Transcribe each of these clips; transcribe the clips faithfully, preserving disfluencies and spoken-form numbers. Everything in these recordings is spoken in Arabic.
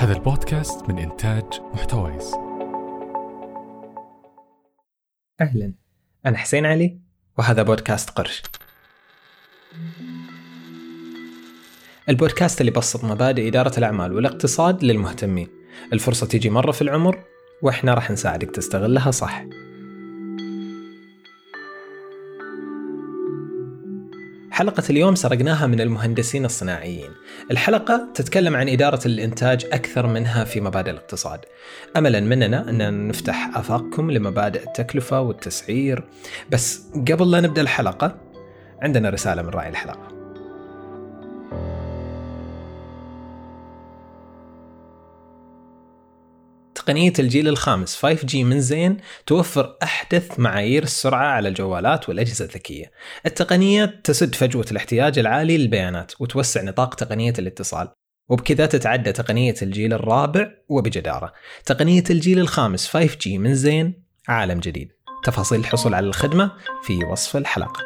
هذا البودكاست من إنتاج محتويس. أهلا، أنا حسين علي وهذا بودكاست قرش. البودكاست اللي يبسط مبادئ إدارة الأعمال والاقتصاد للمهتمين. الفرصة تيجي مرة في العمر وإحنا راح نساعدك تستغلها صح. حلقة اليوم سرقناها من المهندسين الصناعيين. الحلقة تتكلم عن إدارة الإنتاج أكثر منها في مبادئ الاقتصاد، أملا مننا أن نفتح آفاقكم لمبادئ التكلفة والتسعير. بس قبل لا نبدأ الحلقة عندنا رسالة من راعي الحلقة. تقنية الجيل الخامس فايف جي من زين توفر أحدث معايير السرعة على الجوالات والأجهزة الذكية. التقنية تسد فجوة الاحتياج العالي للبيانات وتوسع نطاق تقنية الاتصال، وبكذا تتعدى تقنية الجيل الرابع وبجدارة. تقنية الجيل الخامس فايف جي من زين عالم جديد. تفاصيل الحصول على الخدمة في وصف الحلقة.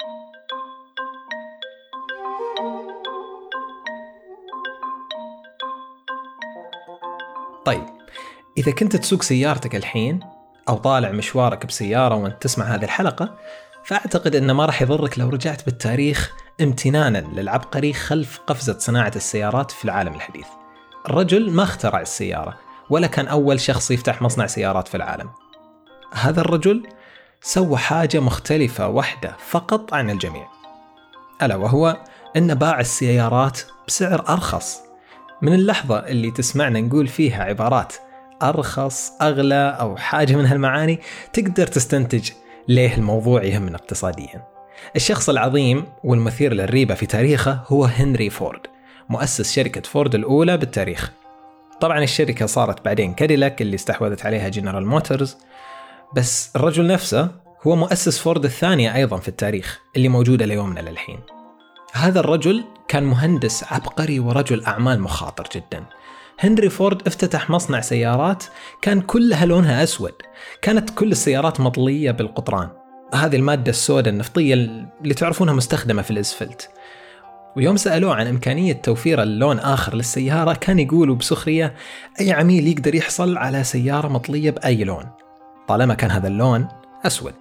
طيب، إذا كنت تسوق سيارتك الحين أو طالع مشوارك بسيارة وانت تسمع هذه الحلقة، فأعتقد أنه ما راح يضرك لو رجعت بالتاريخ امتنانا للعبقري خلف قفزة صناعة السيارات في العالم الحديث. الرجل ما اخترع السيارة ولا كان أول شخص يفتح مصنع سيارات في العالم. هذا الرجل سوى حاجة مختلفة واحدة فقط عن الجميع، ألا وهو أنه باع السيارات بسعر أرخص. من اللحظة اللي تسمعنا نقول فيها عبارات أرخص، أغلى أو حاجة من هالمعاني، تقدر تستنتج ليه الموضوع يهمنا اقتصاديا. الشخص العظيم والمثير للريبة في تاريخه هو هنري فورد، مؤسس شركة فورد الأولى بالتاريخ. طبعا الشركة صارت بعدين كاديلاك اللي استحوذت عليها جنرال موتورز، بس الرجل نفسه هو مؤسس فورد الثانية أيضا في التاريخ اللي موجودة ليومنا للحين. هذا الرجل كان مهندس عبقري ورجل أعمال مخاطر جدا. هنري فورد افتتح مصنع سيارات كان كلها لونها أسود. كانت كل السيارات مطلية بالقطران، هذه المادة السوداء النفطية اللي تعرفونها مستخدمة في الإسفلت. ويوم سألوه عن إمكانية توفير اللون آخر للسيارة كان يقولوا بسخرية أي عميل يقدر يحصل على سيارة مطلية بأي لون طالما كان هذا اللون أسود.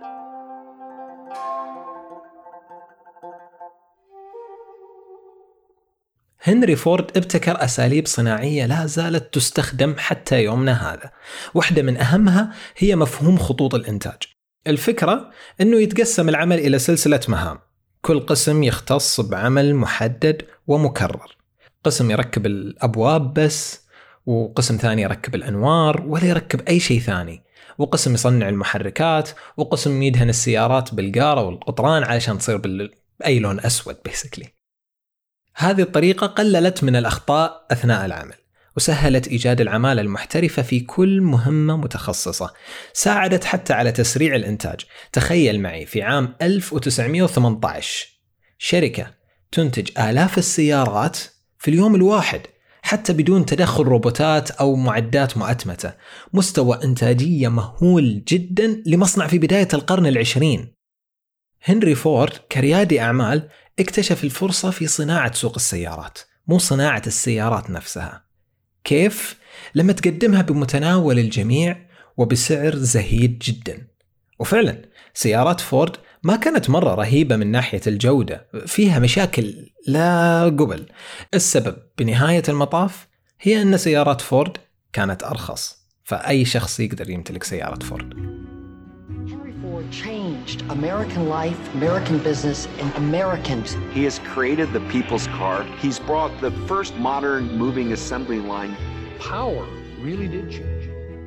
هنري فورد ابتكر أساليب صناعية لا زالت تستخدم حتى يومنا هذا. واحدة من أهمها هي مفهوم خطوط الإنتاج. الفكرة أنه يتقسم العمل إلى سلسلة مهام، كل قسم يختص بعمل محدد ومكرر. قسم يركب الأبواب بس، وقسم ثاني يركب الأنوار ولا يركب أي شيء ثاني، وقسم يصنع المحركات، وقسم يدهن السيارات بالقارة والقطران علشان تصير بأي لون أسود basically. هذه الطريقة قللت من الأخطاء أثناء العمل وسهلت إيجاد العمالة المحترفة في كل مهمة متخصصة. ساعدت حتى على تسريع الإنتاج. تخيل معي في عام ألف وتسعمائة وثمانية عشر شركة تنتج آلاف السيارات في اليوم الواحد حتى بدون تدخل روبوتات أو معدات مؤتمتة. مستوى إنتاجية مهول جدا لمصنع في بداية القرن العشرين. هنري فورد كريادي أعمال اكتشف الفرصة في صناعة سوق السيارات، مو صناعة السيارات نفسها. كيف؟ لما تقدمها بمتناول الجميع وبسعر زهيد جدا. وفعلا سيارات فورد ما كانت مرة رهيبة من ناحية الجودة، فيها مشاكل لا قبل. السبب بنهاية المطاف هي أن سيارات فورد كانت أرخص، فأي شخص يقدر يمتلك سيارة فورد. Changed American life, American business, and Americans. He has created the people's car. He's brought the first modern moving assembly line. Power really did change.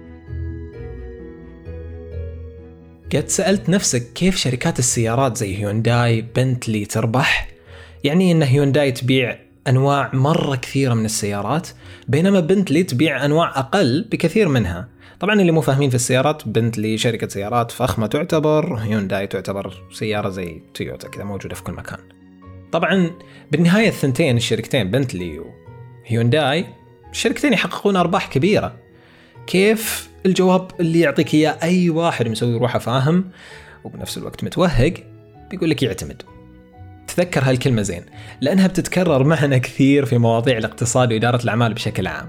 قد سألت نفسك كيف شركات السيارات زي هيونداي، بنتلي تربح؟ يعني إن هيونداي تبيع أنواع مرة كثيرة من السيارات، بينما بنتلي تبيع أنواع أقل بكثير منها. طبعا اللي مو فاهمين في السيارات، بنتلي شركة سيارات فخمة تعتبر، هيونداي تعتبر سيارة زي تويوتا كذا موجودة في كل مكان. طبعا بالنهاية الثنتين الشركتين بنتلي وهيونداي الشركتين يحققون أرباح كبيرة. كيف؟ الجواب اللي يعطيك إياه أي واحد مسوي روحه فاهم وبنفس الوقت متوهق بيقول لك يعتمد. تذكر هالكلمة زين لأنها بتتكرر معنا كثير في مواضيع الاقتصاد وإدارة الأعمال بشكل عام.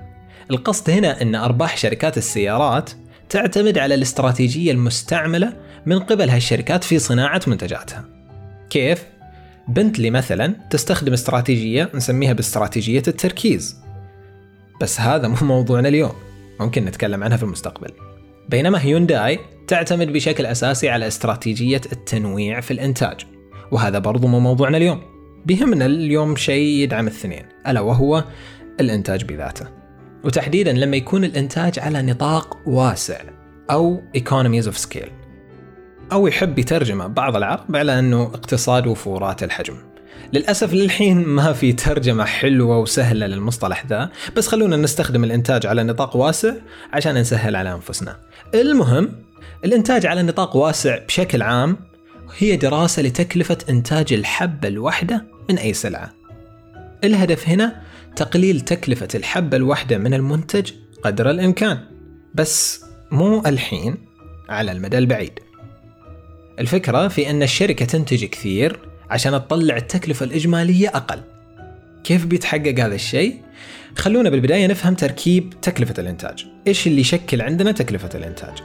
القصد هنا أن أرباح شركات السيارات تعتمد على الاستراتيجية المستعملة من قبل هالشركات في صناعة منتجاتها. كيف؟ بنتلي مثلا تستخدم استراتيجية نسميها باستراتيجية التركيز، بس هذا مو موضوعنا اليوم، ممكن نتكلم عنها في المستقبل. بينما هيونداي تعتمد بشكل أساسي على استراتيجية التنويع في الإنتاج، وهذا برضو مو موضوعنا اليوم. بيهمنا اليوم شيء يدعم الاثنين، ألا وهو الإنتاج بذاته، وتحديدا لما يكون الإنتاج على نطاق واسع أو economies of scale، أو يحب يترجمه بعض العرب على أنه اقتصاد وفورات الحجم. للأسف للحين ما في ترجمة حلوة وسهلة للمصطلح ذا، بس خلونا نستخدم الإنتاج على نطاق واسع عشان نسهل على أنفسنا. المهم، الإنتاج على نطاق واسع بشكل عام هي دراسة لتكلفة إنتاج الحبة الواحدة من أي سلعة. الهدف هنا تقليل تكلفة الحبة الواحدة من المنتج قدر الإمكان، بس مو الحين، على المدى البعيد. الفكرة في أن الشركة تنتج كثير عشان تطلع التكلفة الإجمالية أقل. كيف بيتحقق هذا الشيء؟ خلونا بالبداية نفهم تركيب تكلفة الإنتاج. إيش اللي يشكل عندنا تكلفة الإنتاج؟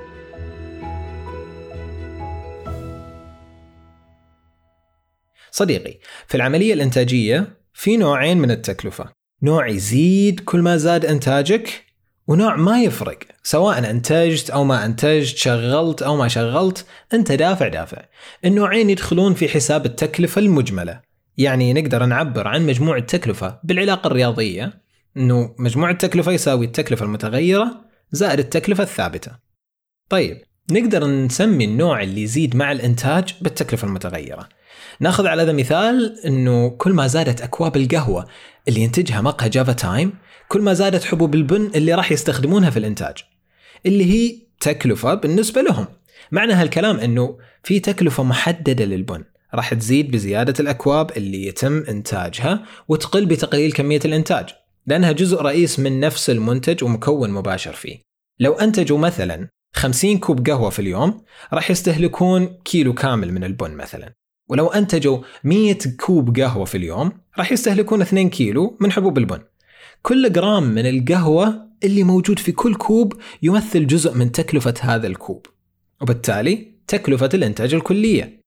صديقي، في العملية الإنتاجية في نوعين من التكلفة، نوع يزيد كل ما زاد إنتاجك، ونوع ما يفرق، سواء أنتجت أو ما أنتجت، شغلت أو ما شغلت، أنت دافع دافع. النوعين يدخلون في حساب التكلفة المجملة، يعني نقدر نعبر عن مجموع التكلفة بالعلاقة الرياضية أنه مجموع التكلفة يساوي التكلفة المتغيرة زائد التكلفة الثابتة. طيب، نقدر نسمي النوع اللي يزيد مع الإنتاج بالتكلفة المتغيرة. ناخذ على هذا مثال أنه كل ما زادت أكواب القهوة اللي ينتجها مقهى جافا تايم، كل ما زادت حبوب البن اللي راح يستخدمونها في الإنتاج، اللي هي تكلفة بالنسبة لهم. معنى هالكلام أنه في تكلفة محددة للبن راح تزيد بزيادة الأكواب اللي يتم إنتاجها، وتقل بتقليل كمية الإنتاج، لأنها جزء رئيس من نفس المنتج ومكون مباشر فيه. لو أنتجوا مثلا خمسين كوب قهوة في اليوم راح يستهلكون كيلو كامل من البن مثلا، ولو أنتجوا مية كوب قهوة في اليوم راح يستهلكون اثنين كيلو من حبوب البن. كل جرام من القهوة اللي موجود في كل كوب يمثل جزء من تكلفة هذا الكوب، وبالتالي تكلفة الإنتاج الكلية.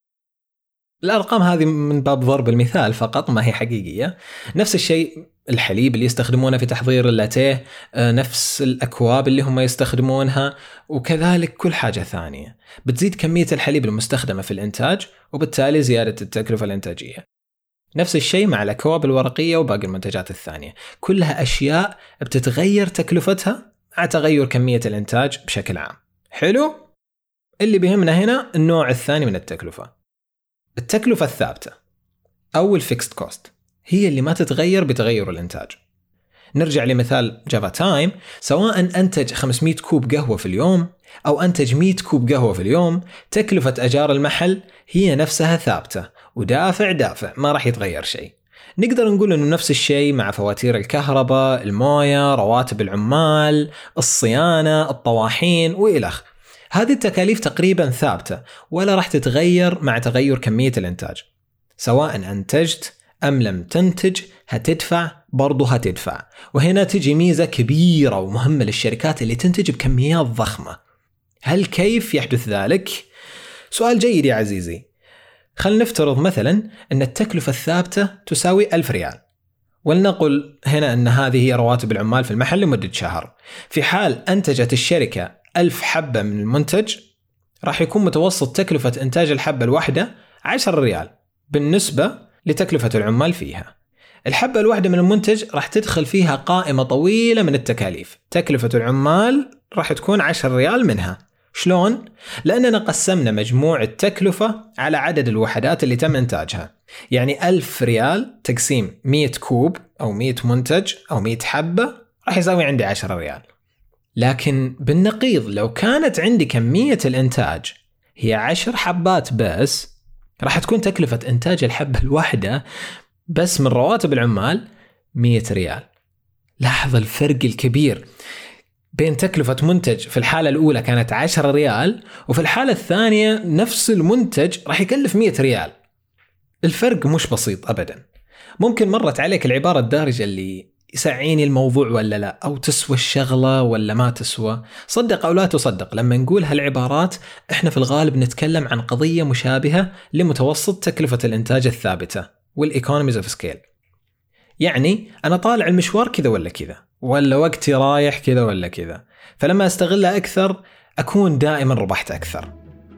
الأرقام هذه من باب ضرب المثال فقط، ما هي حقيقية. نفس الشيء الحليب اللي يستخدمونه في تحضير اللاتيه، نفس الأكواب اللي هم يستخدمونها، وكذلك كل حاجة ثانية بتزيد كمية الحليب المستخدمة في الإنتاج، وبالتالي زيادة التكلفة الإنتاجية. نفس الشيء مع الأكواب الورقية وباقي المنتجات الثانية، كلها أشياء بتتغير تكلفتها مع تغير كمية الإنتاج بشكل عام. حلو؟ اللي بيهمنا هنا النوع الثاني من التكلفة، التكلفة الثابتة أو الفيكست كوست، هي اللي ما تتغير بتغير الإنتاج. نرجع لمثال جافا تايم، سواء أنتج خمسمية كوب قهوة في اليوم أو أنتج مية كوب قهوة في اليوم، تكلفة أجار المحل هي نفسها ثابتة ودافع دافع، ما راح يتغير شيء. نقدر نقول أنه نفس الشيء مع فواتير الكهرباء، الموية، رواتب العمال، الصيانة، الطواحين وإلخ. هذه التكاليف تقريبا ثابتة ولا راح تتغير مع تغير كمية الإنتاج. سواء أنتجت أم لم تنتج هتدفع، برضو هتدفع. وهنا تجي ميزة كبيرة ومهمة للشركات اللي تنتج بكميات ضخمة. هل كيف يحدث ذلك؟ سؤال جيد يا عزيزي. خلينا نفترض مثلا أن التكلفة الثابتة تساوي ألف ريال، ولنقل هنا أن هذه هي رواتب العمال في المحل لمدة شهر. في حال أنتجت الشركة ألف حبة من المنتج، راح يكون متوسط تكلفة إنتاج الحبة الواحدة عشرة ريال بالنسبة لتكلفة العمال فيها. الحبة الواحدة من المنتج راح تدخل فيها قائمة طويلة من التكاليف، تكلفة العمال راح تكون عشرة ريال منها. شلون؟ لأننا قسمنا مجموع التكلفة على عدد الوحدات اللي تم إنتاجها، يعني ألف ريال تقسيم مية كوب أو مية منتج أو مية حبة راح يساوي عندي عشرة ريال. لكن بالنقيض لو كانت عندي كمية الإنتاج هي عشر حبات بس، راح تكون تكلفة إنتاج الحبة الواحدة بس من رواتب العمال مية ريال. لاحظ الفرق الكبير بين تكلفة منتج في الحالة الأولى كانت عشرة ريال، وفي الحالة الثانية نفس المنتج راح يكلف مية ريال. الفرق مش بسيط أبدا. ممكن مرت عليك العبارة الدارجة اللي يسعيني الموضوع ولا لا، أو تسوى الشغلة ولا ما تسوى. صدق أو لا تصدق، لما نقول هالعبارات إحنا في الغالب نتكلم عن قضية مشابهة لمتوسط تكلفة الإنتاج الثابتة والإيكونوميز أوف سكيل. يعني أنا طالع المشوار كذا ولا كذا، ولا وقتي رايح كذا ولا كذا، فلما أستغلها أكثر أكون دائما ربحت أكثر.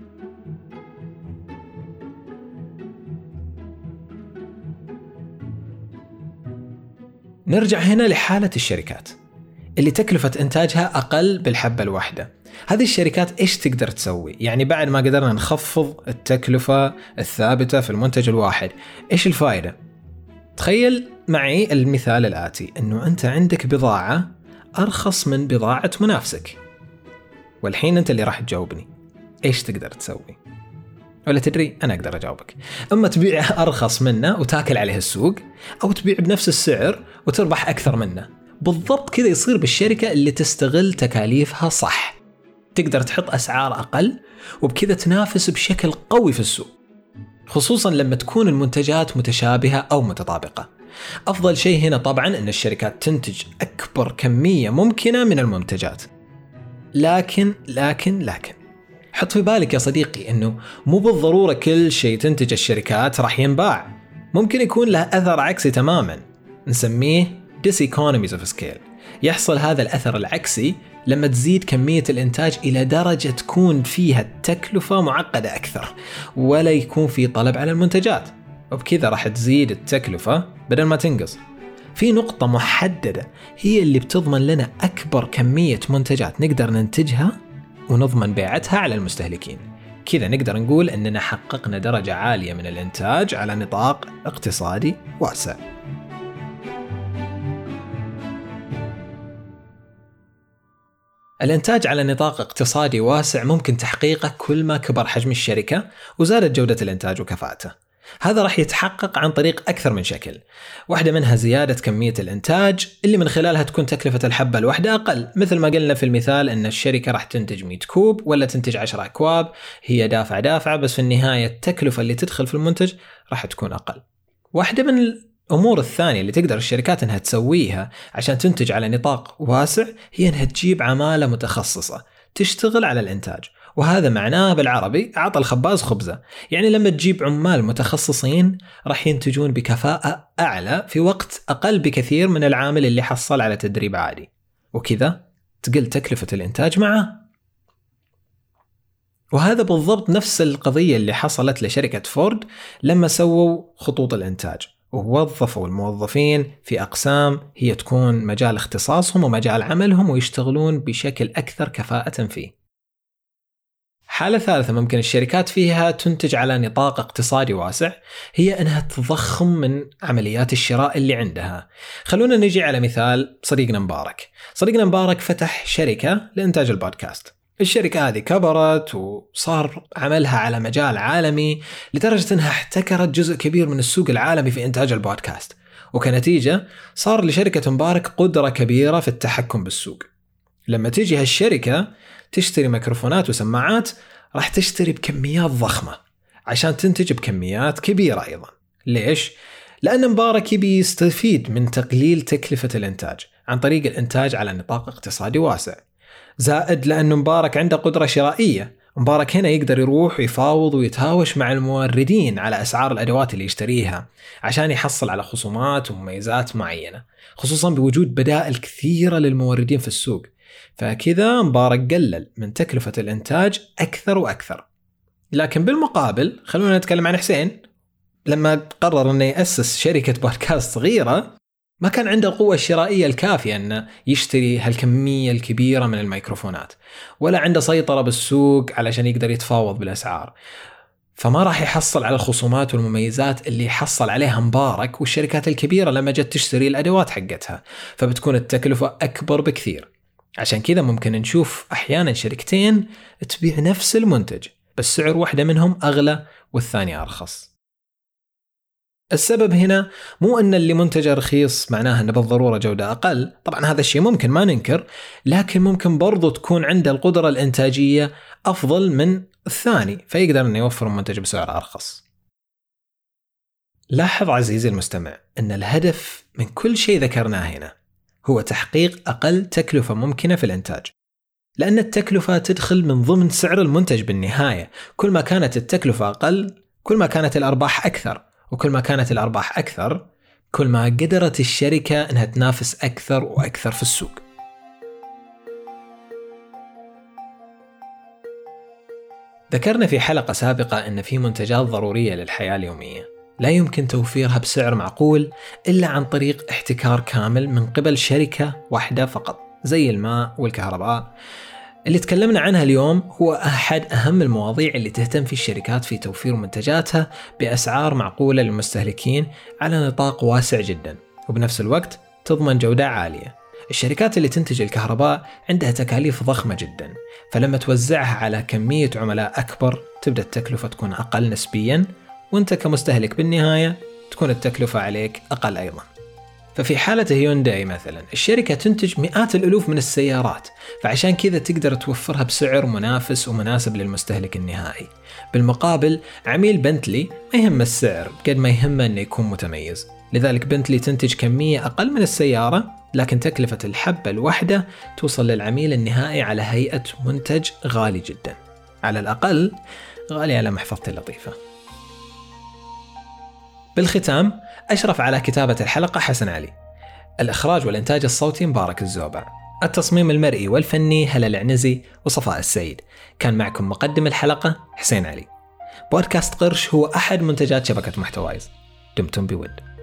نرجع هنا لحالة الشركات اللي تكلفة إنتاجها أقل بالحبة الواحدة. هذه الشركات إيش تقدر تسوي؟ يعني بعد ما قدرنا نخفض التكلفة الثابتة في المنتج الواحد، إيش الفائدة؟ تخيل معي المثال الآتي، أنه أنت عندك بضاعة أرخص من بضاعة منافسك، والحين أنت اللي راح تجاوبني إيش تقدر تسوي؟ ولا تدري أنا أقدر أجاوبك. أما تبيع أرخص منه وتاكل عليه السوق، أو تبيع بنفس السعر وتربح أكثر منه. بالضبط كذا يصير بالشركة اللي تستغل تكاليفها صح، تقدر تحط أسعار أقل وبكذا تنافس بشكل قوي في السوق، خصوصا لما تكون المنتجات متشابهة أو متطابقة. أفضل شيء هنا طبعا أن الشركات تنتج أكبر كمية ممكنة من المنتجات. لكن لكن لكن حط في بالك يا صديقي أنه مو بالضرورة كل شيء تنتج الشركات راح ينباع، ممكن يكون له أثر عكسي تماما، نسميه diseconomies of scale. يحصل هذا الأثر العكسي لما تزيد كمية الإنتاج إلى درجة تكون فيها التكلفة معقدة أكثر، ولا يكون في طلب على المنتجات، وبكذا راح تزيد التكلفة بدل ما تنقص. في نقطة محددة هي اللي بتضمن لنا أكبر كمية منتجات نقدر ننتجها ونضمن بيعتها على المستهلكين. كذا نقدر نقول أننا حققنا درجة عالية من الإنتاج على نطاق اقتصادي واسع. الإنتاج على نطاق اقتصادي واسع ممكن تحقيقه كل ما كبر حجم الشركة وزادت جودة الإنتاج وكفاءته. هذا راح يتحقق عن طريق أكثر من شكل، واحدة منها زيادة كمية الإنتاج اللي من خلالها تكون تكلفة الحبة الواحدة أقل، مثل ما قلنا في المثال أن الشركة راح تنتج مئة كوب ولا تنتج عشرة أكواب، هي دافع دافع، بس في النهاية التكلفة اللي تدخل في المنتج راح تكون أقل. واحدة من الأمور الثانية اللي تقدر الشركات أنها تسويها عشان تنتج على نطاق واسع هي أنها تجيب عمالة متخصصة تشتغل على الإنتاج، وهذا معناه بالعربي أعطى الخباز خبزة. يعني لما تجيب عمال متخصصين راح ينتجون بكفاءة أعلى في وقت أقل بكثير من العامل اللي حصل على تدريب عادي، وكذا تقل تكلفة الإنتاج معه. وهذا بالضبط نفس القضية اللي حصلت لشركة فورد لما سووا خطوط الإنتاج ووظفوا الموظفين في أقسام هي تكون مجال اختصاصهم ومجال عملهم ويشتغلون بشكل أكثر كفاءة فيه. حالة ثالثة ممكن الشركات فيها تنتج على نطاق اقتصادي واسع هي أنها تضخم من عمليات الشراء اللي عندها. خلونا نجي على مثال صديقنا مبارك. صديقنا مبارك فتح شركة لإنتاج البودكاست. الشركة هذه كبرت وصار عملها على مجال عالمي لدرجة أنها احتكرت جزء كبير من السوق العالمي في إنتاج البودكاست، وكنتيجة صار لشركة مبارك قدرة كبيرة في التحكم بالسوق. لما تيجي هالشركة تشتري ميكروفونات وسماعات راح تشتري بكميات ضخمة عشان تنتج بكميات كبيرة أيضا. ليش؟ لأن مبارك يبي يستفيد من تقليل تكلفة الإنتاج عن طريق الإنتاج على نطاق اقتصادي واسع، زائد لأنه مبارك عنده قدرة شرائية. مبارك هنا يقدر يروح ويفاوض ويتهاوش مع الموردين على أسعار الأدوات اللي يشتريها عشان يحصل على خصومات ومميزات معينة، خصوصا بوجود بدائل كثيرة للموردين في السوق. فكذا مبارك قلل من تكلفة الإنتاج أكثر وأكثر. لكن بالمقابل خلونا نتكلم عن حسين. لما قرر أنه يأسس شركة بودكاست صغيرة ما كان عنده القوة الشرائية الكافية أنه يشتري هالكمية الكبيرة من الميكروفونات، ولا عنده سيطرة بالسوق علشان يقدر يتفاوض بالأسعار، فما راح يحصل على الخصومات والمميزات اللي يحصل عليها مبارك والشركات الكبيرة لما جت تشتري الأدوات حقتها، فبتكون التكلفة أكبر بكثير. عشان كذا ممكن نشوف أحيانا شركتين تبيع نفس المنتج بس سعر واحدة منهم أغلى والثانية أرخص. السبب هنا مو أن اللي منتجه رخيص معناه أنه بالضرورة جودة أقل، طبعا هذا الشيء ممكن ما ننكر، لكن ممكن برضو تكون عنده القدرة الإنتاجية أفضل من الثاني فيقدر أن يوفر منتج بسعر أرخص. لاحظ عزيزي المستمع أن الهدف من كل شيء ذكرناه هنا هو تحقيق أقل تكلفة ممكنة في الإنتاج، لأن التكلفة تدخل من ضمن سعر المنتج بالنهاية. كل ما كانت التكلفة أقل كل ما كانت الأرباح أكثر، وكل ما كانت الأرباح أكثر كل ما قدرت الشركة أنها تنافس أكثر وأكثر في السوق. ذكرنا في حلقة سابقة أن في منتجات ضرورية للحياة اليومية لا يمكن توفيرها بسعر معقول إلا عن طريق احتكار كامل من قبل شركة واحدة فقط، زي الماء والكهرباء. اللي تكلمنا عنها اليوم هو أحد أهم المواضيع اللي تهتم في الشركات في توفير منتجاتها بأسعار معقولة للمستهلكين على نطاق واسع جدا، وبنفس الوقت تضمن جودة عالية. الشركات اللي تنتج الكهرباء عندها تكاليف ضخمة جدا، فلما توزعها على كمية عملاء أكبر تبدأ التكلفة تكون أقل نسبيا، وانت كمستهلك بالنهاية تكون التكلفة عليك أقل أيضا. ففي حالة هيونداي مثلا الشركة تنتج مئات الألوف من السيارات، فعشان كذا تقدر توفرها بسعر منافس ومناسب للمستهلك النهائي. بالمقابل عميل بنتلي ما يهم السعر قد ما يهمه أنه يكون متميز، لذلك بنتلي تنتج كمية أقل من السيارة، لكن تكلفة الحبة الواحدة توصل للعميل النهائي على هيئة منتج غالي جدا، على الأقل غالي على محفظتي اللطيفة. بالختام، أشرف على كتابة الحلقة حسن علي، الإخراج والإنتاج الصوتي مبارك الزوبع، التصميم المرئي والفني هلا العنزي وصفاء السيد. كان معكم مقدم الحلقة حسين علي. بودكاست قرش هو أحد منتجات شبكة محتوايز. دمتم بود.